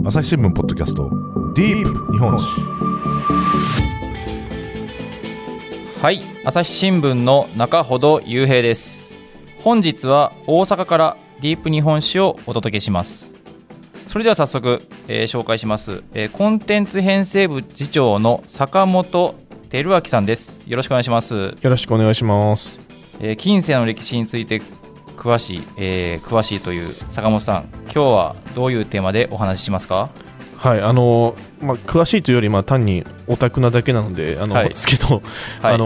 朝日新聞ポッドキャストディープ日本史。 はい、朝日新聞の中ほど雄平です。本日は大阪からディープ日本史をお届けします。それでは早速、紹介します、コンテンツ編成部次長の坂本照明さんです。よろしくお願いします。 よろしくお願いします。 近世の歴史について詳しいという坂本さん、今日はどういうテーマでお話ししますか？ はい、詳しいというより、単にオタクなだけなのでですけど、はい、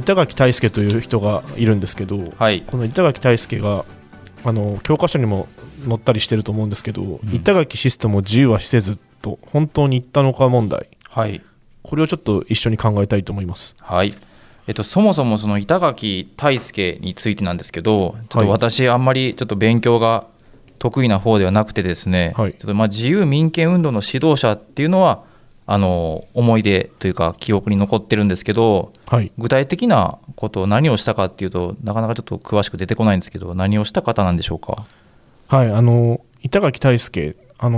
板垣退助という人がいるんですけど、はい、この板垣退助が教科書にも載ったりしてると思うんですけど、板垣システムを自由はせずと本当に言ったのか問題、はい、これをちょっと一緒に考えたいと思います。 はい、そもそもその板垣退助についてなんですけど、ちょっと私あんまりちょっと勉強が得意な方ではなくてですね、はい、ちょっと自由民権運動の指導者っていうのは思い出というか記憶に残ってるんですけど、はい、具体的なことを何をしたかっていうとなかなかちょっと詳しく出てこないんですけど、何をした方なんでしょうか？ はい、板垣退助、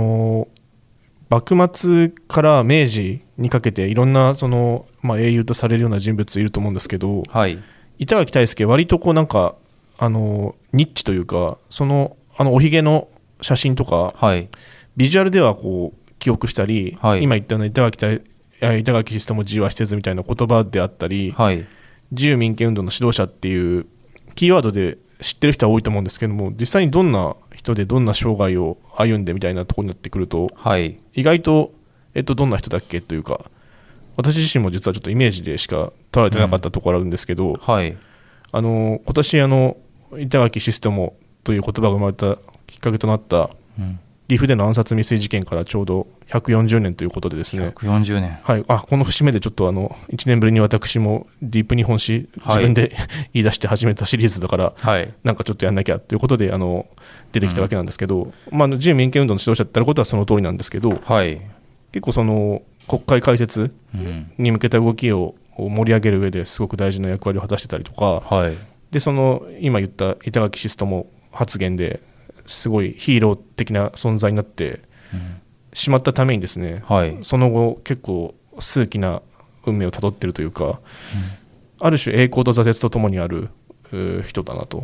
幕末から明治にかけていろんな英雄とされるような人物いると思うんですけど、はい、板垣退助割とニッチというか、おひげの写真とか、はい、ビジュアルでは記憶したり、はい、今言ったような板垣システムを自由はせずみたいな言葉であったり、はい、自由民権運動の指導者っていうキーワードで知ってる人は多いと思うんですけども、実際にどんな人でどんな生涯を歩んでみたいなところになってくると、はい、意外と、どんな人だっけというか、私自身も実はちょっとイメージでしか捉えてなかったところあるんですけど、はい、今年板垣システムという言葉が生まれたきっかけとなった、岐阜での暗殺未遂事件からちょうど140年ということでですね、 140年、 はい、この節目でちょっと1年ぶりに私もディープ日本史自分で、はい、言い出して始めたシリーズだから、はい、なんかちょっとやんなきゃということで出てきたわけなんですけど、自由民権運動の指導者ってあることはその通りなんですけど、はい、結構国会開設に向けた動きを盛り上げる上ですごく大事な役割を果たしてたりとか、はい、で今言った板垣システム発言ですごいヒーロー的な存在になってしまったためにですね、はい、その後結構数奇な運命をたどっているというか、ある種栄光と挫折とともにある人だなと。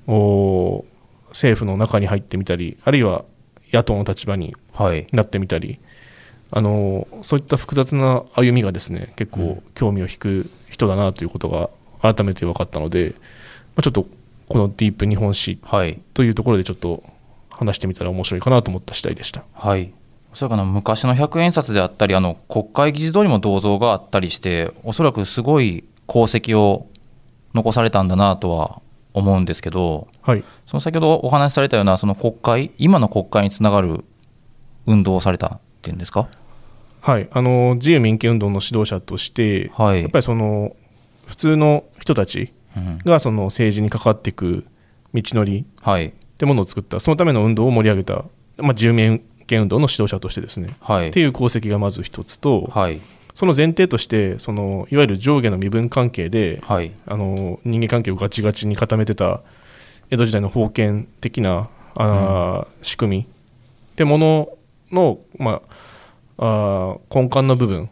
政府の中に入ってみたり、あるいは野党の立場になってみたり、そういった複雑な歩みがですね、結構興味を引く人だなということが改めて分かったので、ちょっとこのディープ日本史というところでちょっと話してみたら面白いかなと思った次第でした。 はい、おそらく昔の100円札であったり国会議事堂にも銅像があったりして、おそらくすごい功績を残されたんだなとは思うんですけど、はい、先ほどお話しされたような今の国会につながる運動をされたっていうんですか？はい、 自由民権運動の指導者として、はい、やっぱり普通の人たちが政治に関わっていく道のりってものを作った、そのための運動を盛り上げた、自由民権運動の指導者としてですね、はい、っていう功績がまず一つと、はい、その前提としていわゆる上下の身分関係で、はい、人間関係をガチガチに固めてた江戸時代の封建的な仕組みってものの、根幹の部分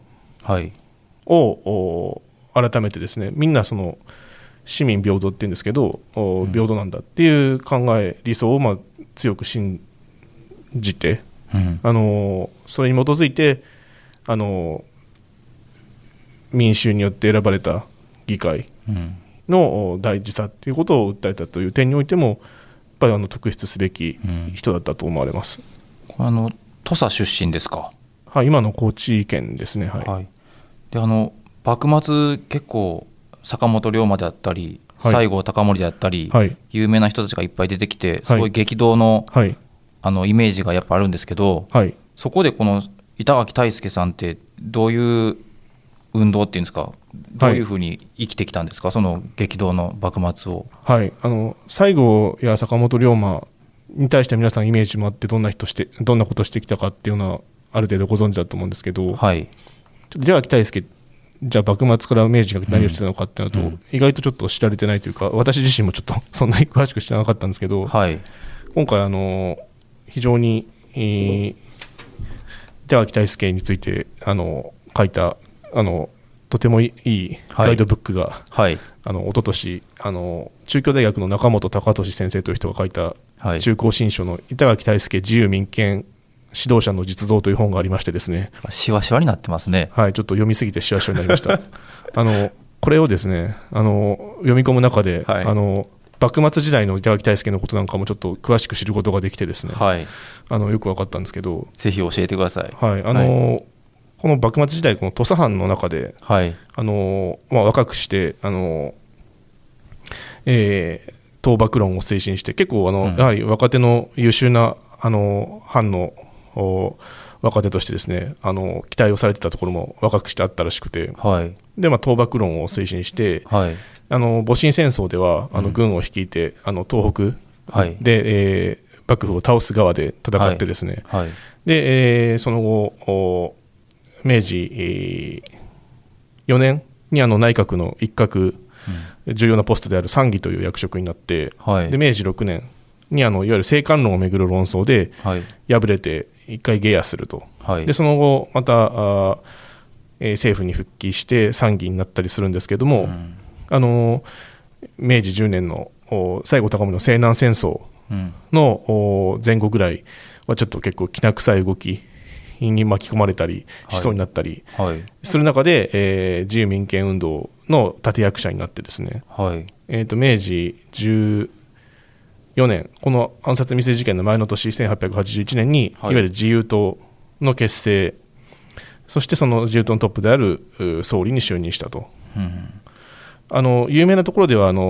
を、改めてですね、みんな市民平等っていうんですけど、平等なんだっていう考え理想を強く信じて、それに基づいて民衆によって選ばれた議会の大事さっていうことを訴えたという点においても、やっぱり特筆すべき人だったと思われます。 これ土佐出身ですか？ はい、今の高知県ですね。はい、はい、 で幕末結構坂本龍馬であったり、はい、西郷隆盛であったり、はい、有名な人たちがいっぱい出てきて、すごい激動の、はい、イメージがやっぱあるんですけど、はい、そこでこの板垣退助さんってどういう運動っていうんですか、どういうふうに生きてきたんですか、その激動の幕末を。 はい、西郷や坂本龍馬に対して皆さんイメージもあって、どんなことをしてきたかっていうのはある程度ご存知だと思うんですけど、はい、ちょっと板垣退助じゃあ幕末から明治が何をしてたのかっていうのと、意外とちょっと知られてないというか、私自身もちょっとそんなに詳しく知らなかったんですけど、はい、今回非常に板垣退助について書いたとてもいいガイドブックが、はい、一昨年中京大学の中本隆俊先生という人が書いた中高新書の板垣退助自由民権指導者の実像という本がありましてですね、 しわしわになってますね。 はい、ちょっと読みすぎてしわしわになりましたこれをですね読み込む中で、はい、幕末時代の板垣退助のことなんかもちょっと詳しく知ることができてですね、はい、よく分かったんですけど、 ぜひ教えてください。 はい、はいこの幕末時代この土佐藩の中で、はい若くして倒幕論を推進して結構やはり若手の優秀な藩の若手としてですね期待をされてたところも若くしてあったらしくて、はい、で倒幕論を推進して、はい、戊辰戦争では軍を率いて東北で、幕府を倒す側で戦ってですね、はいはい、でその後明治4年に内閣の一角、重要なポストである参議という役職になって、はい、で明治6年にいわゆる政官論をめぐる論争で敗れて一回下野すると、はい、でその後また政府に復帰して参議になったりするんですけども、明治10年の西郷隆盛の西南戦争の前後ぐらいはちょっと結構きな臭い動きに巻き込まれたりしそうになったりする中で、自由民権運動の立役者になってですね、はい、明治14年この暗殺未遂事件の前の年1881年に、はい、いわゆる自由党の結成、そしてその自由党のトップである総理に就任したと、有名なところでは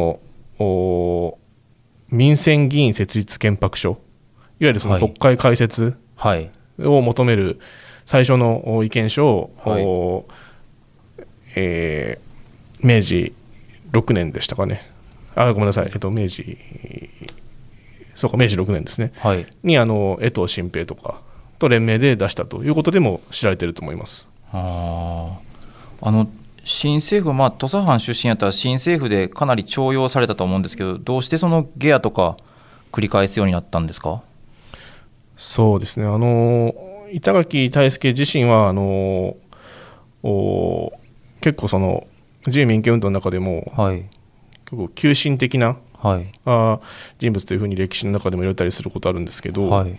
民選議員設立憲白書、いわゆるその国会開設を求める最初の意見書を、明治6年でしたかね、ごめんなさい、明治6年ですね、はい、に江藤新平とかと連名で出したということでも知られていると思います。 新政府、土佐藩出身やったら新政府でかなり重用されたと思うんですけど、どうしてその下野とか繰り返すようになったんですか？ そうですね、板垣退助自身は結構その自由民権運動の中でも、はい、結構急進的な、はい、人物というふうに歴史の中でも言われたりすることあるんですけど、はい、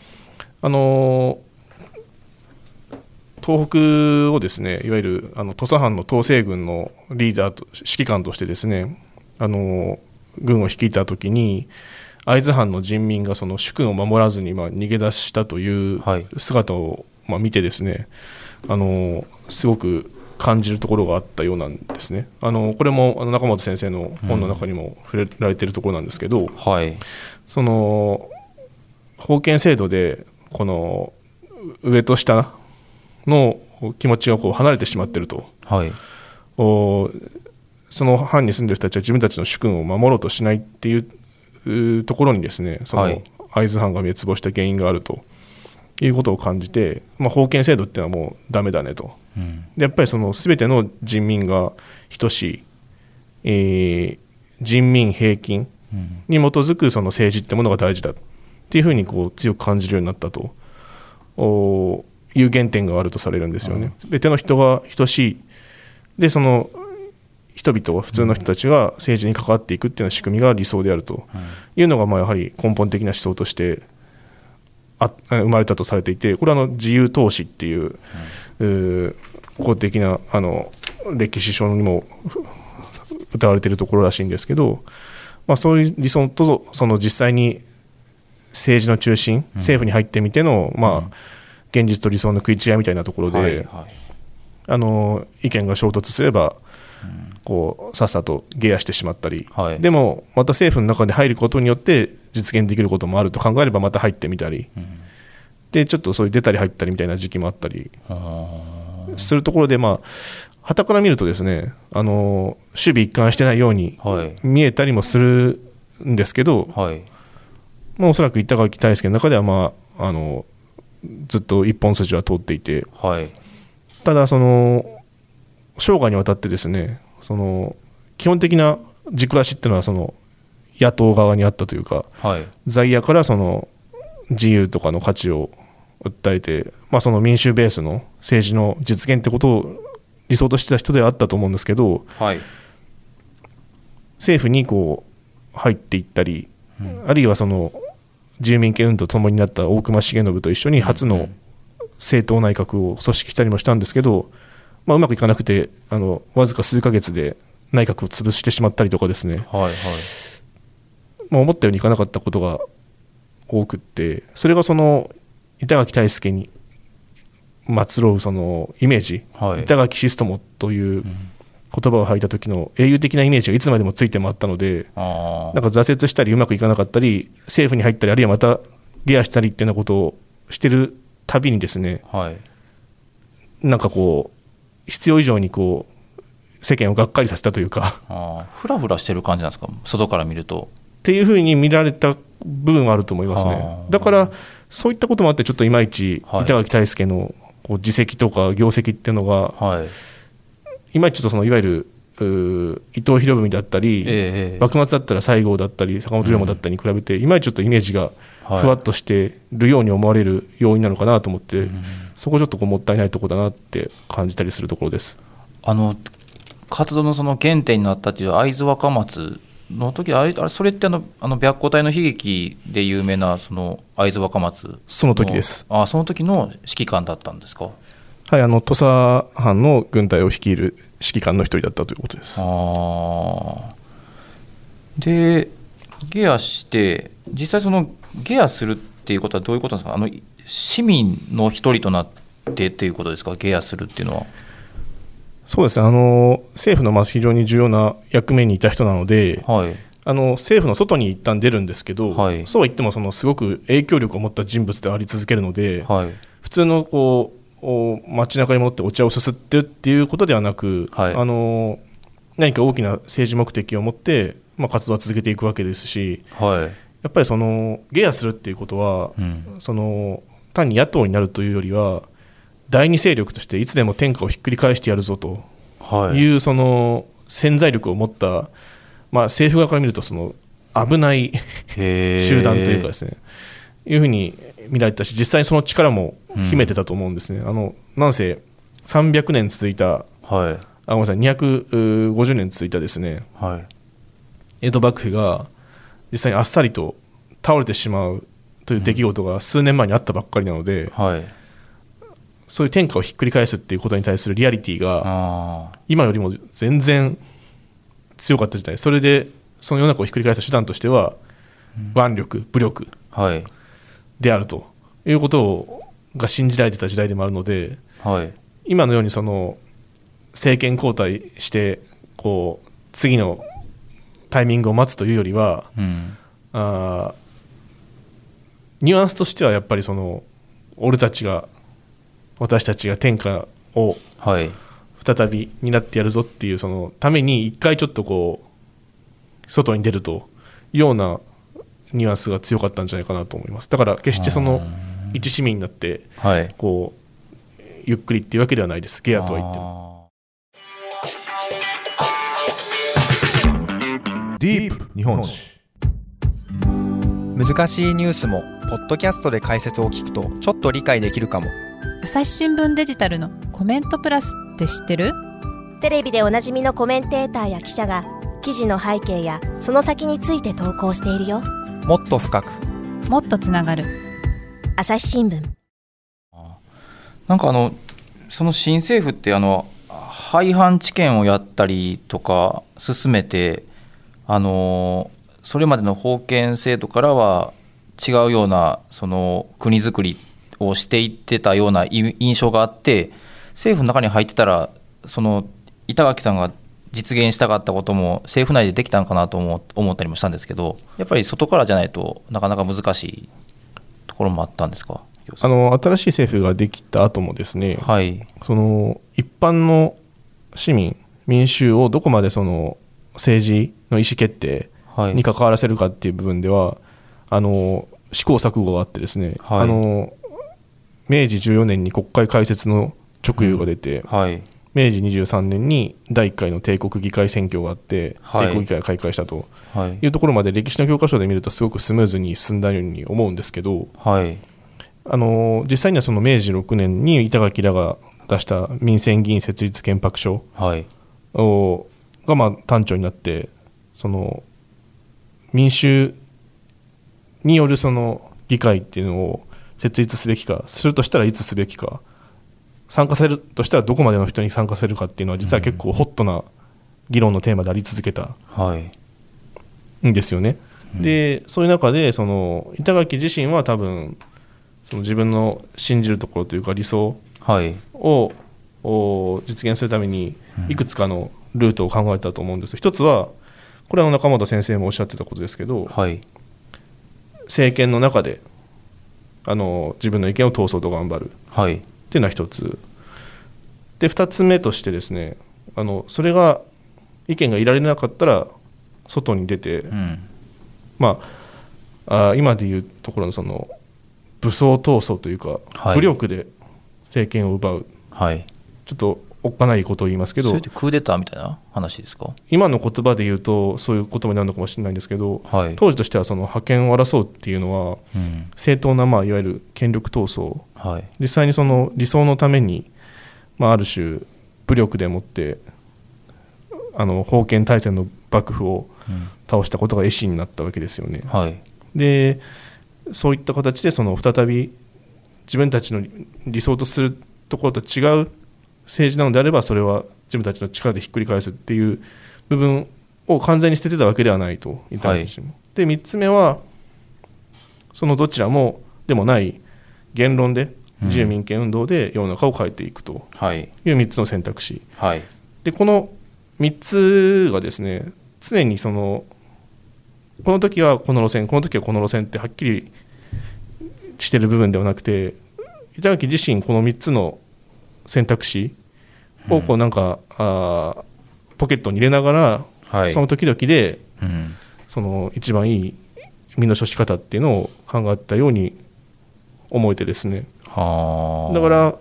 東北をですね、いわゆる土佐藩の統制軍のリーダーと指揮官としてですね、軍を率いたときに会津藩の人民がその主君を守らずに逃げ出したという姿を見てですね、すごく感じるところがあったようなんですね。これも中本先生の本の中にも触れられているところなんですけど、はい、その封建制度でこの上と下の気持ちがこう離れてしまっていると、はい、その藩に住んでいる人たちは自分たちの主君を守ろうとしないっていうところにですね、その会津藩が滅亡した原因があるということを感じて、封建制度っていうのはもうダメだねと、でやっぱりその全ての人民が等しい、人民平均に基づくその政治ってものが大事だっていうふうにこう強く感じるようになったという原点があるとされるんですよね。全ての人が等しい、でその人々普通の人たちが政治に関わっていくっていうような仕組みが理想であるというのがやはり根本的な思想として生まれたとされていて、これは自由統治っていう公的な歴史書にも歌われているところらしいんですけど、そういう理想とその実際に政治の中心、政府に入ってみての現実と理想の食い違いみたいなところで、意見が衝突すればこうさっさと下野してしまったり、でもまた政府の中に入ることによって実現できることもあると考えればまた入ってみたり、でちょっとそういう出たり入ったりみたいな時期もあったりするところで、傍から見るとですね、守備一貫してないように見えたりもするんですけど、おそらく板垣退助の中ではずっと一本筋は通っていて、ただその生涯にわたってですね、その基本的な軸足っていうのはその野党側にあったというか、在野からその自由とかの価値を訴えて、その民衆ベースの政治の実現ってことを理想としてた人ではあったと思うんですけど、 はい、 政府にこう入っていったり、あるいはその自由民権運動とともになった大隈重信と一緒に初の政党内閣を組織したりもしたんですけど、うまくいかなくてわずか数ヶ月で内閣を潰してしまったりとかですね、 はいはい、 思ったようにいかなかったことが多くって、それがその板垣退助にまつろうそのイメージ、はい、板垣シストモという言葉を吐いた時の英雄的なイメージがいつまでもついて回ったので、なんか挫折したりうまくいかなかったり政府に入ったりあるいはまた下野したりっていうようなことをしてるたびにですね、 はい、 なんかこう必要以上にこう世間をがっかりさせたというか、 フラフラしてる感じなんですか、外から見るとっていうふうに見られた部分はあると思いますね。だからそういったこともあってちょっといまいち板垣退助のこう実績とか業績っていうのが、 はい、 いまいちとそのいわゆる伊藤博文だったり、幕末だったら西郷だったり坂本龍馬だったりに比べて、いまいちちょっとイメージがふわっとしてるように思われる要因なのかなと思って、そこちょっとこうもったいないところだなって感じたりするところです。 活動のその原点になったという会津若松の時、あれそれって白虎隊の悲劇で有名なその会津若松の、 その時です。 その時の指揮官だったんですか。 はい、土佐藩の軍隊を率いる指揮官の一人だったということです。 で下野して実際その下野するっていうことはどういうことですか。市民の一人となってっていうことですか、下野するっていうのは。 そうですね、政府の非常に重要な役目にいた人なので、 はい、 政府の外に一旦出るんですけど、 はい、 そうは言ってもすごく影響力を持った人物であり続けるので、 はい、 普通のこう街中に戻ってお茶をすすってるっていうことではなく、 はい、 何か大きな政治目的を持って、活動は続けていくわけですし、 はい、 やっぱり下野するっていうことは、単に野党になるというよりは第二勢力としていつでも天下をひっくり返してやるぞというその潜在力を持った、政府側から見ると危ない集団というかですね、いうふうに見られたし、実際にその力も秘めてたと思うんですね。なんせ300年続いた、ごめんなさい、250年続いたですね、江戸幕府が実際にあっさりと倒れてしまうという出来事が数年前にあったばっかりなので、そういう天下をひっくり返すっていうことに対するリアリティが今よりも全然強かった時代、それでその世の中をひっくり返す手段としては腕力、武力であるということが信じられてた時代でもあるので、今のように政権交代してこう次のタイミングを待つというよりは、ニュアンスとしてはやっぱり私たちが天下を再び担ってやるぞっていうそのために一回ちょっとこう外に出るというようなニュアンスが強かったんじゃないかなと思います。だから決して一市民になってこうゆっくりっていうわけではないです、下野とは言っても。 ディープ日本史。 難しいニュースもポッドキャストで解説を聞くとちょっと理解できるかも。 朝日新聞デジタルのコメントプラスって知ってる？ テレビでおなじみのコメンテーターや記者が記事の背景やその先について投稿しているよ。 もっと深く、 もっとつながる。 朝日新聞。 なんかその新政府って廃藩置県をやったりとか進めて、それまでの封建制度からは違うようなその国づくりをしていってたような印象があって、政府の中に入ってたらその板垣さんが実現したかったことも政府内でできたのかなと思ったりもしたんですけど、やっぱり外からじゃないとなかなか難しいところもあったんですか？ 新しい政府ができた後もですね、その一般の市民民衆をどこまでその政治の意思決定に関わらせるかっていう部分では試行錯誤があってですね、明治14年に国会開設の勅語が出て、明治23年に第1回の帝国議会選挙があって、帝国議会が開会したというところまで歴史の教科書で見るとすごくスムーズに進んだように思うんですけど、 実際にはその明治6年に板垣らが出した民選議員設立憲白書がまあ端緒になって、その民衆によるその議会っていうのを設立すべきか、するとしたらいつすべきか、参加されるとしたらどこまでの人に参加されるかっていうのは実は結構ホットな議論のテーマであり続けたんですよね。でそういう中でその板垣自身は多分その自分の信じるところというか理想を実現するためにいくつかのルートを考えたと思うんです。一つはこれは中本先生もおっしゃってたことですけど、政権の中で自分の意見を通そうと頑張るっていうのは一つで、二つ目としてですね、それが意見がいられなかったら外に出て、まあ今でいうところのその武装闘争というか、武力で政権を奪う、ちょっとおっかないことを言いますけど、 それってクーデターみたいな話ですか？ 今の言葉で言うとそういう言葉になるのかもしれないんですけど、当時としてはその覇権を争うっていうのは、正当なまあいわゆる権力闘争、実際にその理想のために、ある種武力でもって封建大戦の幕府を倒したことが絵師になったわけですよね。でそういった形でその再び自分たちの理想とするところと違う政治なのであれば、それは自分たちの力でひっくり返すっていう部分を完全に捨ててたわけではないと言ったんですよ。で3つ目はそのどちらもでもない言論で自由民権運動で世の中を変えていくという3つの選択肢、でこの3つがですね、常にそのこの時はこの路線、この時はこの路線ってはっきりしている部分ではなくて、板垣自身この3つの選択肢をこうなんか、ポケットに入れながら、その時々で、その一番いい身の処し方っていうのを考えたように思えてですね、だから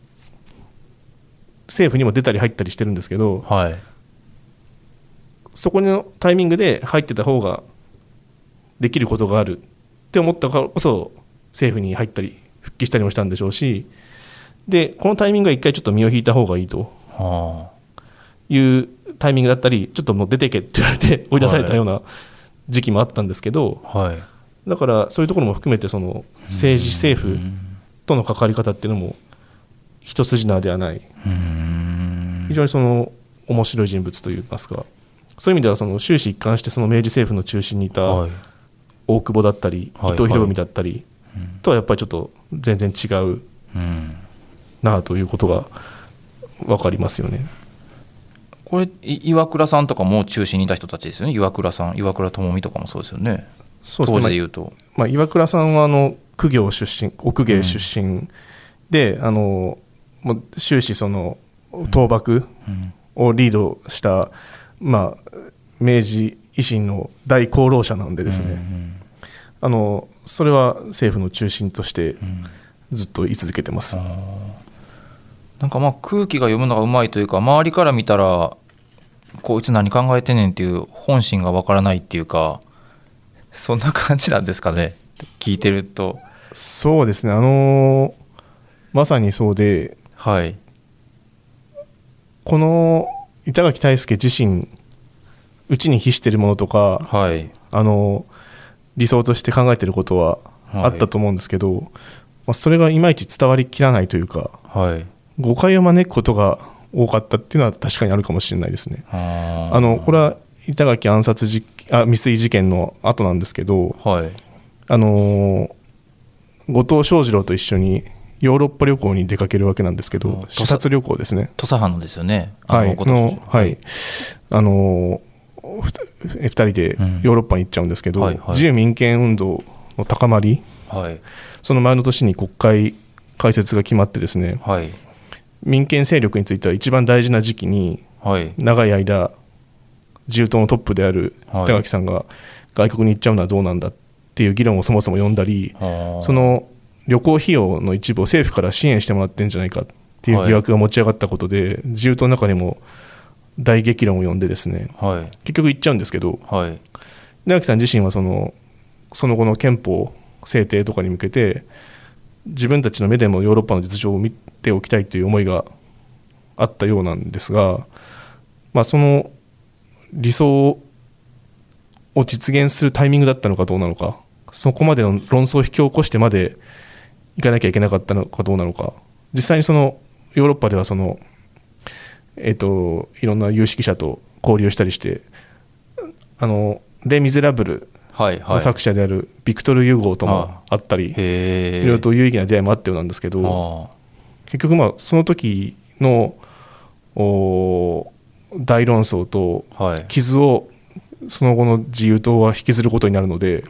政府にも出たり入ったりしてるんですけど、そこのタイミングで入ってた方ができることがあるって思ったからこそ政府に入ったり復帰したりもしたんでしょうし、でこのタイミングは一回ちょっと身を引いた方がいいというタイミングだったり、ちょっともう出てけって言われて追い出されたような時期もあったんですけど、だからそういうところも含めてその政治政府との関わり方っていうのも一筋縄ではない、非常にその面白い人物といいますか、そういう意味ではその終始一貫してその明治政府の中心にいた大久保だったり、伊藤博文だったりとはやっぱりちょっと全然違うなということが分かりますよね。 これ岩倉さんとかも中心にいた人たちですよね。岩倉さん、岩倉智美とかもそうですよね。当時で言うと、 岩倉さんは公家出身、お公家出身で、もう終始その倒幕をリードした、明治維新の大功労者なんでですね、それは政府の中心としてずっと居続けてます。 なんか空気が読むのがうまいというか、周りから見たらこいつ何考えてんねんっていう本心がわからないっていうか、そんな感じなんですかね、聞いてると。 そうですね、まさにそうで、この板垣退助自身うちに比しているものとか、理想として考えていることはあったと思うんですけど、それがいまいち伝わりきらないというか、誤解を招くことが多かったっていうのは確かにあるかもしれないですね。これは板垣未遂事件の後なんですけど、後藤象二郎と一緒にヨーロッパ旅行に出かけるわけなんですけど、視察旅行ですね。 土佐藩のですよね。 2人でヨーロッパに行っちゃうんですけど、自由民権運動の高まり、その前の年に国会開設が決まってですね、民権勢力については一番大事な時期に、長い間自由党のトップである板垣さんが外国に行っちゃうのはどうなんだっていう議論をそもそも呼んだり、その旅行費用の一部を政府から支援してもらってるんじゃないかっていう疑惑が持ち上がったことで、自由党の中でも大激論を呼んでですね、結局行っちゃうんですけど、板垣さん自身はその後の憲法制定とかに向けて自分たちの目でもヨーロッパの実情を見ておきたいという思いがあったようなんですが、その理想を実現するタイミングだったのかどうなのか、そこまでの論争を引き起こしてまで行かなきゃいけなかったのかどうなのか、実際にそのヨーロッパではその、いろんな有識者と交流したりして、レ・ミゼラブルの作者であるビクトル・ユゴーともあったり、いろいろと有意義な出会いもあったようなんですけど、結局その時の大論争と傷をその後の自由党は引きずることになるので、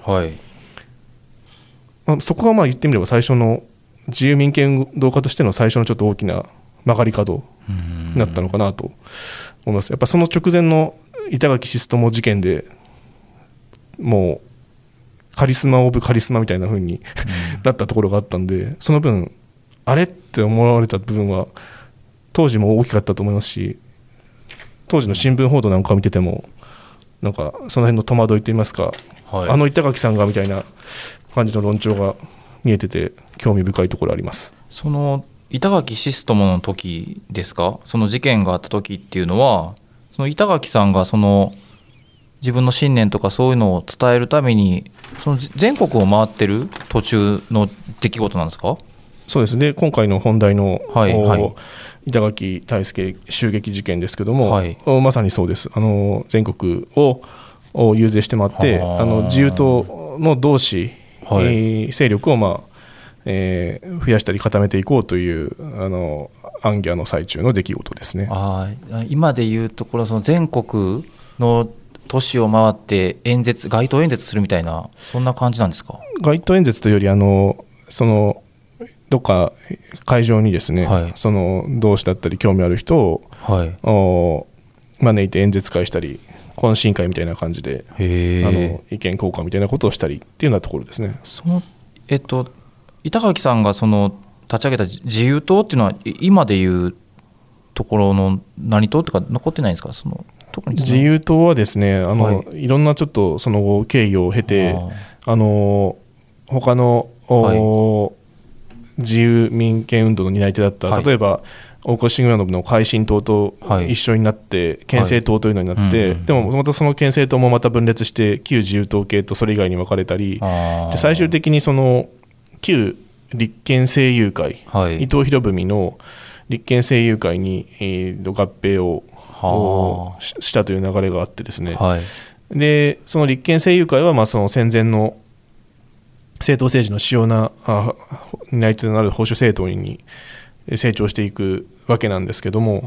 そこが言ってみれば最初の自由民権運動家としての最初のちょっと大きな曲がり角になったのかなと思います。やっぱその直前の板垣シストモ事件でもうカリスマオブカリスマみたいな風になったところがあったんで、その分あれって思われた部分は当時も大きかったと思いますし、当時の新聞報道なんかを見ててもなんかその辺の戸惑いといいますか、板垣さんがみたいな感じの論調が見えてて興味深いところあります。 その板垣シストモの時ですか、その事件があった時っていうのは、その板垣さんがその自分の信念とかそういうのを伝えるためにその全国を回ってる途中の出来事なんですか？ そうですね、今回の本題の、板垣退助襲撃事件ですけども、まさにそうです。全国を遊説して回って自由党の同志、勢力を増やしたり固めていこうという暗記の最中の出来事ですね。 今でいうところその全国の都市を回って街頭演説するみたいな、そんな感じなんですか？ 街頭演説というよりそのどっか会場にですね、その同志だったり興味ある人を、招いて演説会したり懇親会みたいな感じで意見交換みたいなことをしたりっていうようなところですね。 その板垣さんがその立ち上げた自由党っていうのは今でいうところの何党とか残ってないんですか？特に自由党はですね、いろんなちょっとその後経緯を経て他の、自由民権運動の担い手だった、例えば大越重信の改新党と一緒になって憲政党というのになって、でもまたその憲政党もまた分裂して旧自由党系とそれ以外に分かれたりで、最終的にその旧立憲政友会、伊藤博文の立憲政友会に、合併をしたという流れがあってですね、でその立憲政友会はその戦前の政党政治の主要な担い手となる保守政党に成長していくわけなんですけども、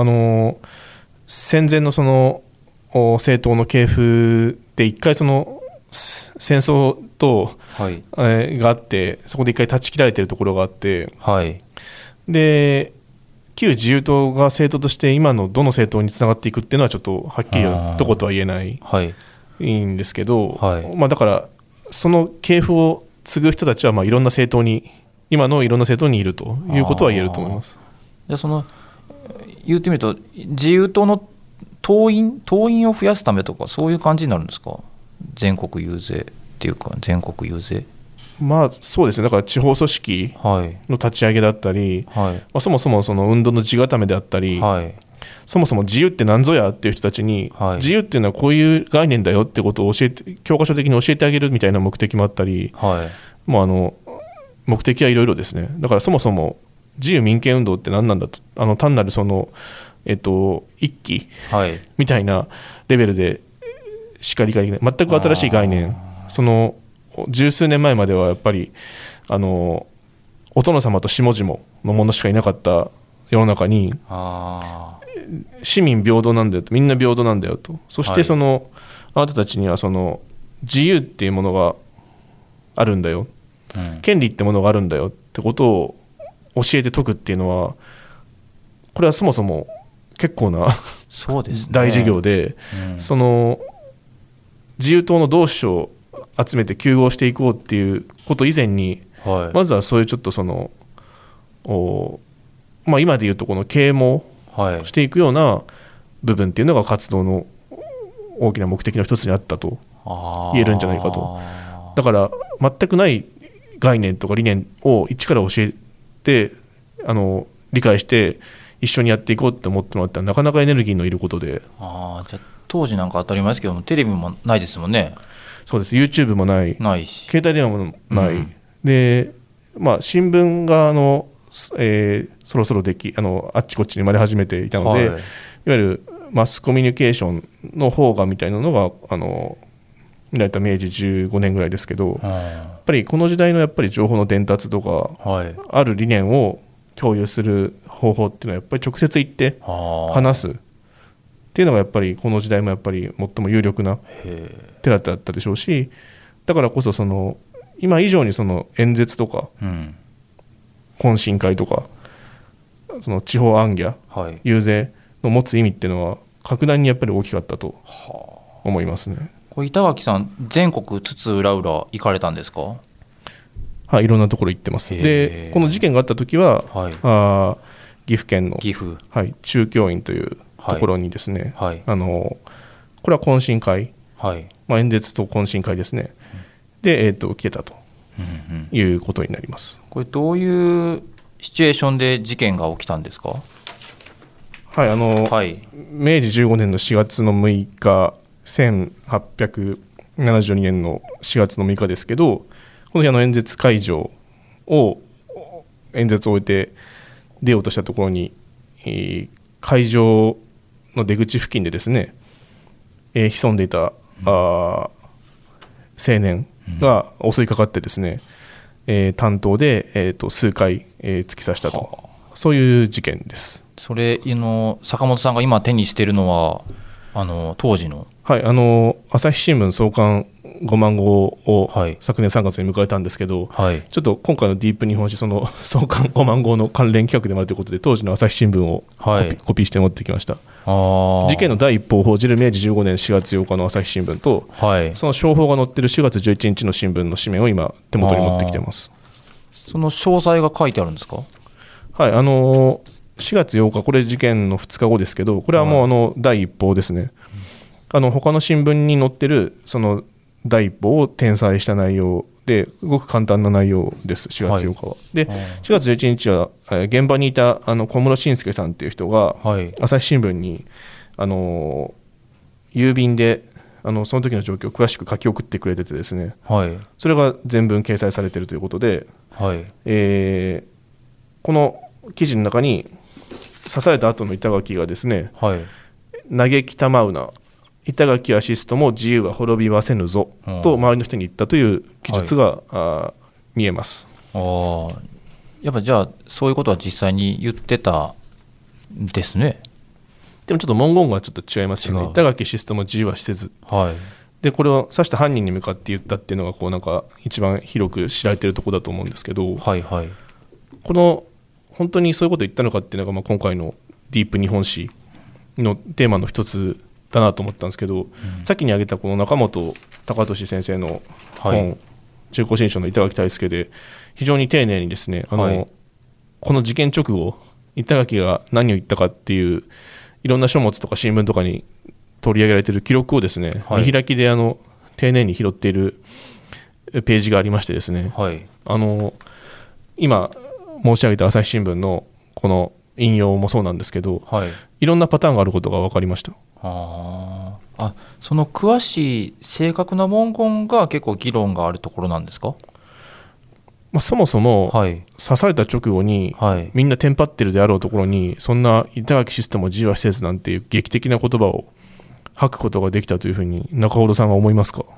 戦前のその政党の系譜で一回その戦争と、があって、そこで一回断ち切られているところがあって、で旧自由党が政党として今のどの政党につながっていくっていうのはちょっとはっきりどことは言えないんですけど、だからその系譜を継ぐ人たちは、いろんな政党に今のいろんな政党にいるということは言えると思います。 じゃあその言ってみると自由党の党員を増やすためとかそういう感じになるんですか？全国遊説っていうか全国遊説、 そうですね。だから地方組織の立ち上げだったり、そもそもその運動の地固めであったり、そもそも自由って何ぞやっていう人たちに、自由っていうのはこういう概念だよってことを教科書的に教えてあげるみたいな目的もあったり、目的はいろいろですね。だからそもそも自由民権運動って何なんだと、単なるその、一揆みたいなレベルでしか理解できない、全く新しい概念、その十数年前まではやっぱりお殿様と下々のものしかいなかった世の中に、市民平等なんだよと、みんな平等なんだよと、そしてあなたたちにはその自由っていうものがあるんだよ、権利ってものがあるんだよってことを教えて説くっていうのは、これはそもそも結構な大事業で、その自由党の同志を集めて糾合していこうっていうこと以前に、まずはそういうちょっとその今でいうとこの啓蒙していくような部分っていうのが活動の大きな目的の一つにあったと言えるんじゃないかと。だから全くない概念とか理念を一から教えて理解して一緒にやっていこうって思ってもらったらなかなかエネルギーのいることで。 じゃあ当時なんか当たり前ですけどもテレビもないですもんね。 そうです。 YouTube もないし携帯電話もない、で、新聞がそろそろあっちこっちに生まれ始めていたので、いわゆるマスコミュニケーションの方がみたいなのが見られた明治15年ぐらいですけど、やっぱりこの時代のやっぱり情報の伝達とか、ある理念を共有する方法っていうのはやっぱり直接行って話すっていうのがやっぱりこの時代もやっぱり最も有力な手だったでしょうし、だからこそ今以上に演説とか、懇親会とか地方行脚、遊説の持つ意味っていうのは格段にやっぱり大きかったと思いますね。 板垣さん全国津々浦々行かれたんですか？ はい、いろんなところ行ってます。でこの事件があった時は、岐阜県の中京院というところにですね、これは懇親会、演説と懇親会ですね、で、来てたということになります。 これどういうシチュエーションで事件が起きたんですか？ 明治15年の4月の6日1872年の4月の6日ですけど、この日演説会場を演説を終えて出ようとしたところに、会場の出口付近でですね、潜んでいた青年が襲いかかってですね、担当で、数回、突き刺したと、そういう事件です。 それ坂本さんが今手にしているのは当時の、 朝日新聞創刊5万号を昨年3月に迎えたんですけど、ちょっと今回のディープ日本史創刊5万号の関連企画でもあるということで当時の朝日新聞をコピーして持ってきました。事件の第一報を報じる明治15年4月8日の朝日新聞と、その商法が載っている4月11日の新聞の紙面を今手元に持ってきてます。 その詳細が書いてあるんですか？ 4月8日、これ事件の2日後ですけど、これはもう第一報ですね。他の新聞に載ってるその第一報を転載した内容ですごく簡単な内容です。4月8日は、で4月11日は現場にいた小室慎介さんっていう人が、朝日新聞に郵便でその時の状況を詳しく書き送ってくれててですね、それが全文掲載されているということで、この記事の中に刺された後の板垣がですね、嘆きたまうな、板垣アシストも自由は滅びはせぬぞと周りの人に言ったという記述が、見えます。 やっぱじゃあそういうことは実際に言ってたんですね。 でもちょっと文言がちょっと違いますよね。板垣アシストも自由はせず、でこれを刺した犯人に向かって言ったっていうのがなんか一番広く知られているところだと思うんですけど、この本当にそういうことを言ったのかっていうのが、今回のディープ日本史のテーマの一つだなと思ったんですけど、さっきに挙げたこの中本隆俊先生の本、中高新書の板垣退助で非常に丁寧にですね、この事件直後板垣が何を言ったかっていういろんな書物とか新聞とかに取り上げられている記録をですね、見開きで丁寧に拾っているページがありましてですね、今申し上げた朝日新聞のこの引用もそうなんですけど、いろんなパターンがあることが分かりました。 その詳しい正確な文言が結構議論があるところなんですか？ そもそも、刺された直後に、みんなテンパってるであろうところにそんな板垣システムを自由はせずなんていう劇的な言葉を吐くことができたというふうに中尾さんは思いますか？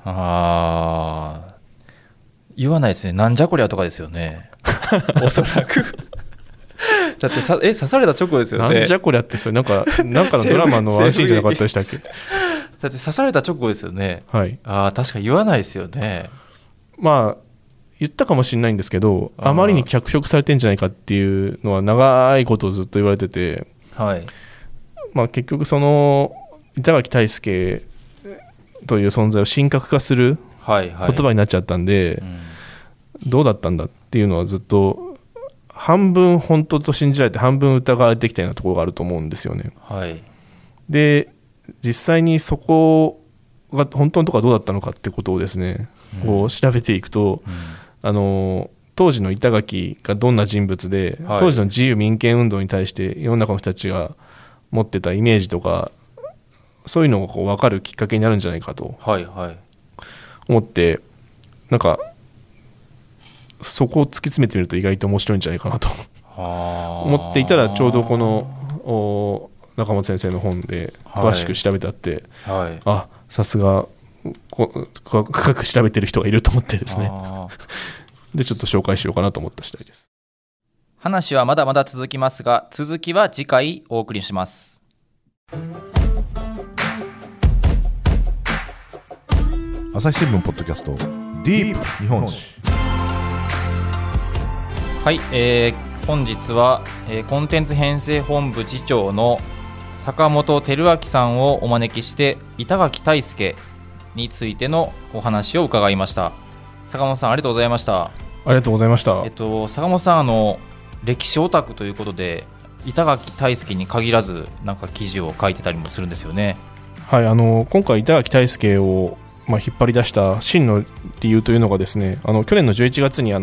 言わないですね。なんじゃこりゃとかですよねおそらくだって刺された直後ですよね。 なんじゃこりゃってそれなんかのドラマのワンシーンじゃなかったでしたっけ？ だって刺された直後ですよね。確か言わないですよね。 言ったかもしれないんですけど、あまりに脚色されてんじゃないかっていうのは長いことをずっと言われてて、結局その板垣退助という存在を神格化する言葉になっちゃったんで、どうだったんだっていうのはずっと半分本当と信じられて半分疑われてきたようなところがあると思うんですよね。で実際にそこが本当のところはどうだったのかってことをですね、こう調べていくと、 当時の板垣がどんな人物で、当時の自由民権運動に対して世の中の人たちが持ってたイメージとか、そういうのを分かるきっかけになるんじゃないかと思って、なんかそこを突き詰めてみると意外と面白いんじゃないかなと思っていたら、ちょうどこの中本先生の本で詳しく調べてあって、あ、さすが深く調べてる人がいると思ってですねでちょっと紹介しようかなと思った次第です。 話はまだまだ続きますが、続きは次回お送りします。 朝日新聞ポッドキャストディープ日本史。 はい、本日は、コンテンツ編成本部次長の坂本照明さんをお招きして、板垣退助についてのお話を伺いました。坂本さん、ありがとうございました。 ありがとうございました。 坂本さん、歴史オタクということで板垣退助に限らずなんか記事を書いてたりもするんですよね。 はい、今回板垣退助を、引っ張り出した真の理由というのがですね、去年の11月に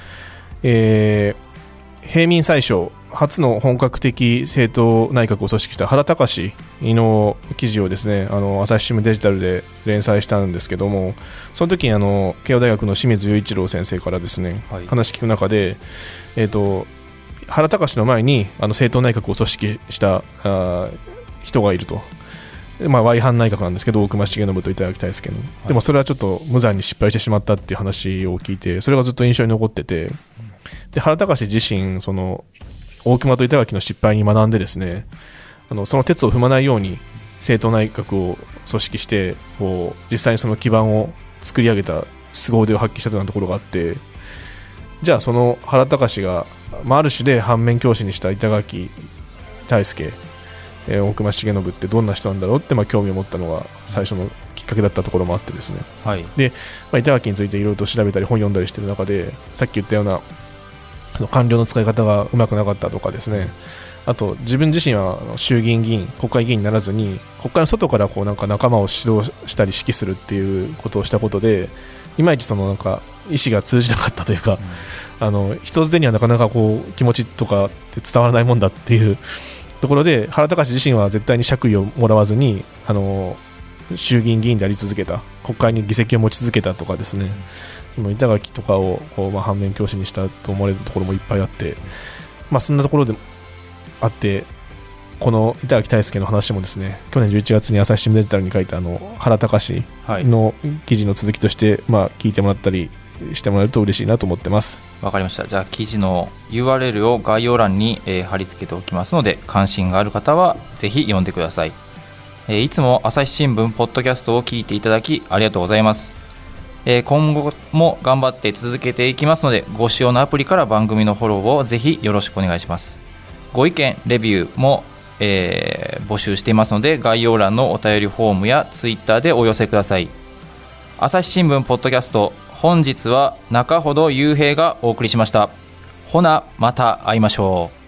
平民宰相初の本格的政党内閣を組織した原敬の記事をですね、朝日新聞デジタルで連載したんですけども、その時に慶応大学の清水雄一郎先生からですね、話聞く中で、原敬の前に政党内閣を組織した人がいると、Y 班内閣なんですけど、大隈重信と板垣退助の、でもそれはちょっと無残に失敗してしまったっていう話を聞いて、それがずっと印象に残ってて、で原敬自身その大隈と板垣の失敗に学んでですね、その鉄を踏まないように政党内閣を組織して実際にその基盤を作り上げた凄腕を発揮したというようなところがあって、じゃあその原敬が、ある種で反面教師にした板垣退助、大隈重信ってどんな人なんだろうって興味を持ったのが最初のきっかけだったところもあってですね、で板垣についていろいろと調べたり本読んだりしている中で、さっき言ったようなその官僚の使い方がうまくなかったとかですね、あと自分自身は衆議院議員、国会議員にならずに国会の外からなんか仲間を指導したり指揮するっていうことをしたことで、いまいちそのなんか意思が通じなかったというか、人づてにはなかなか気持ちとかって伝わらないもんだっていうところで、原敬自身は絶対に爵位をもらわずに衆議院議員であり続けた、国会に議席を持ち続けたとかですね、その板垣とかを反面教師にしたと思われるところもいっぱいあって、そんなところであって、この板垣退助の話もですね、去年11月に朝日新聞デジタルに書いた原敬の記事の続きとして聞いてもらったりしてもらえると嬉しいなと思ってます。 わかりました。じゃあ記事の URL を概要欄に、貼り付けておきますので、関心がある方はぜひ読んでください。いつも朝日新聞ポッドキャストを聞いていただきありがとうございます。今後も頑張って続けていきますので、ご使用のアプリから番組のフォローをぜひよろしくお願いします。ご意見レビューも、募集していますので、概要欄のお便りフォームやツイッターでお寄せください。朝日新聞ポッドキャスト、本日は中ほど雄平がお送りしました。ほなまた会いましょう。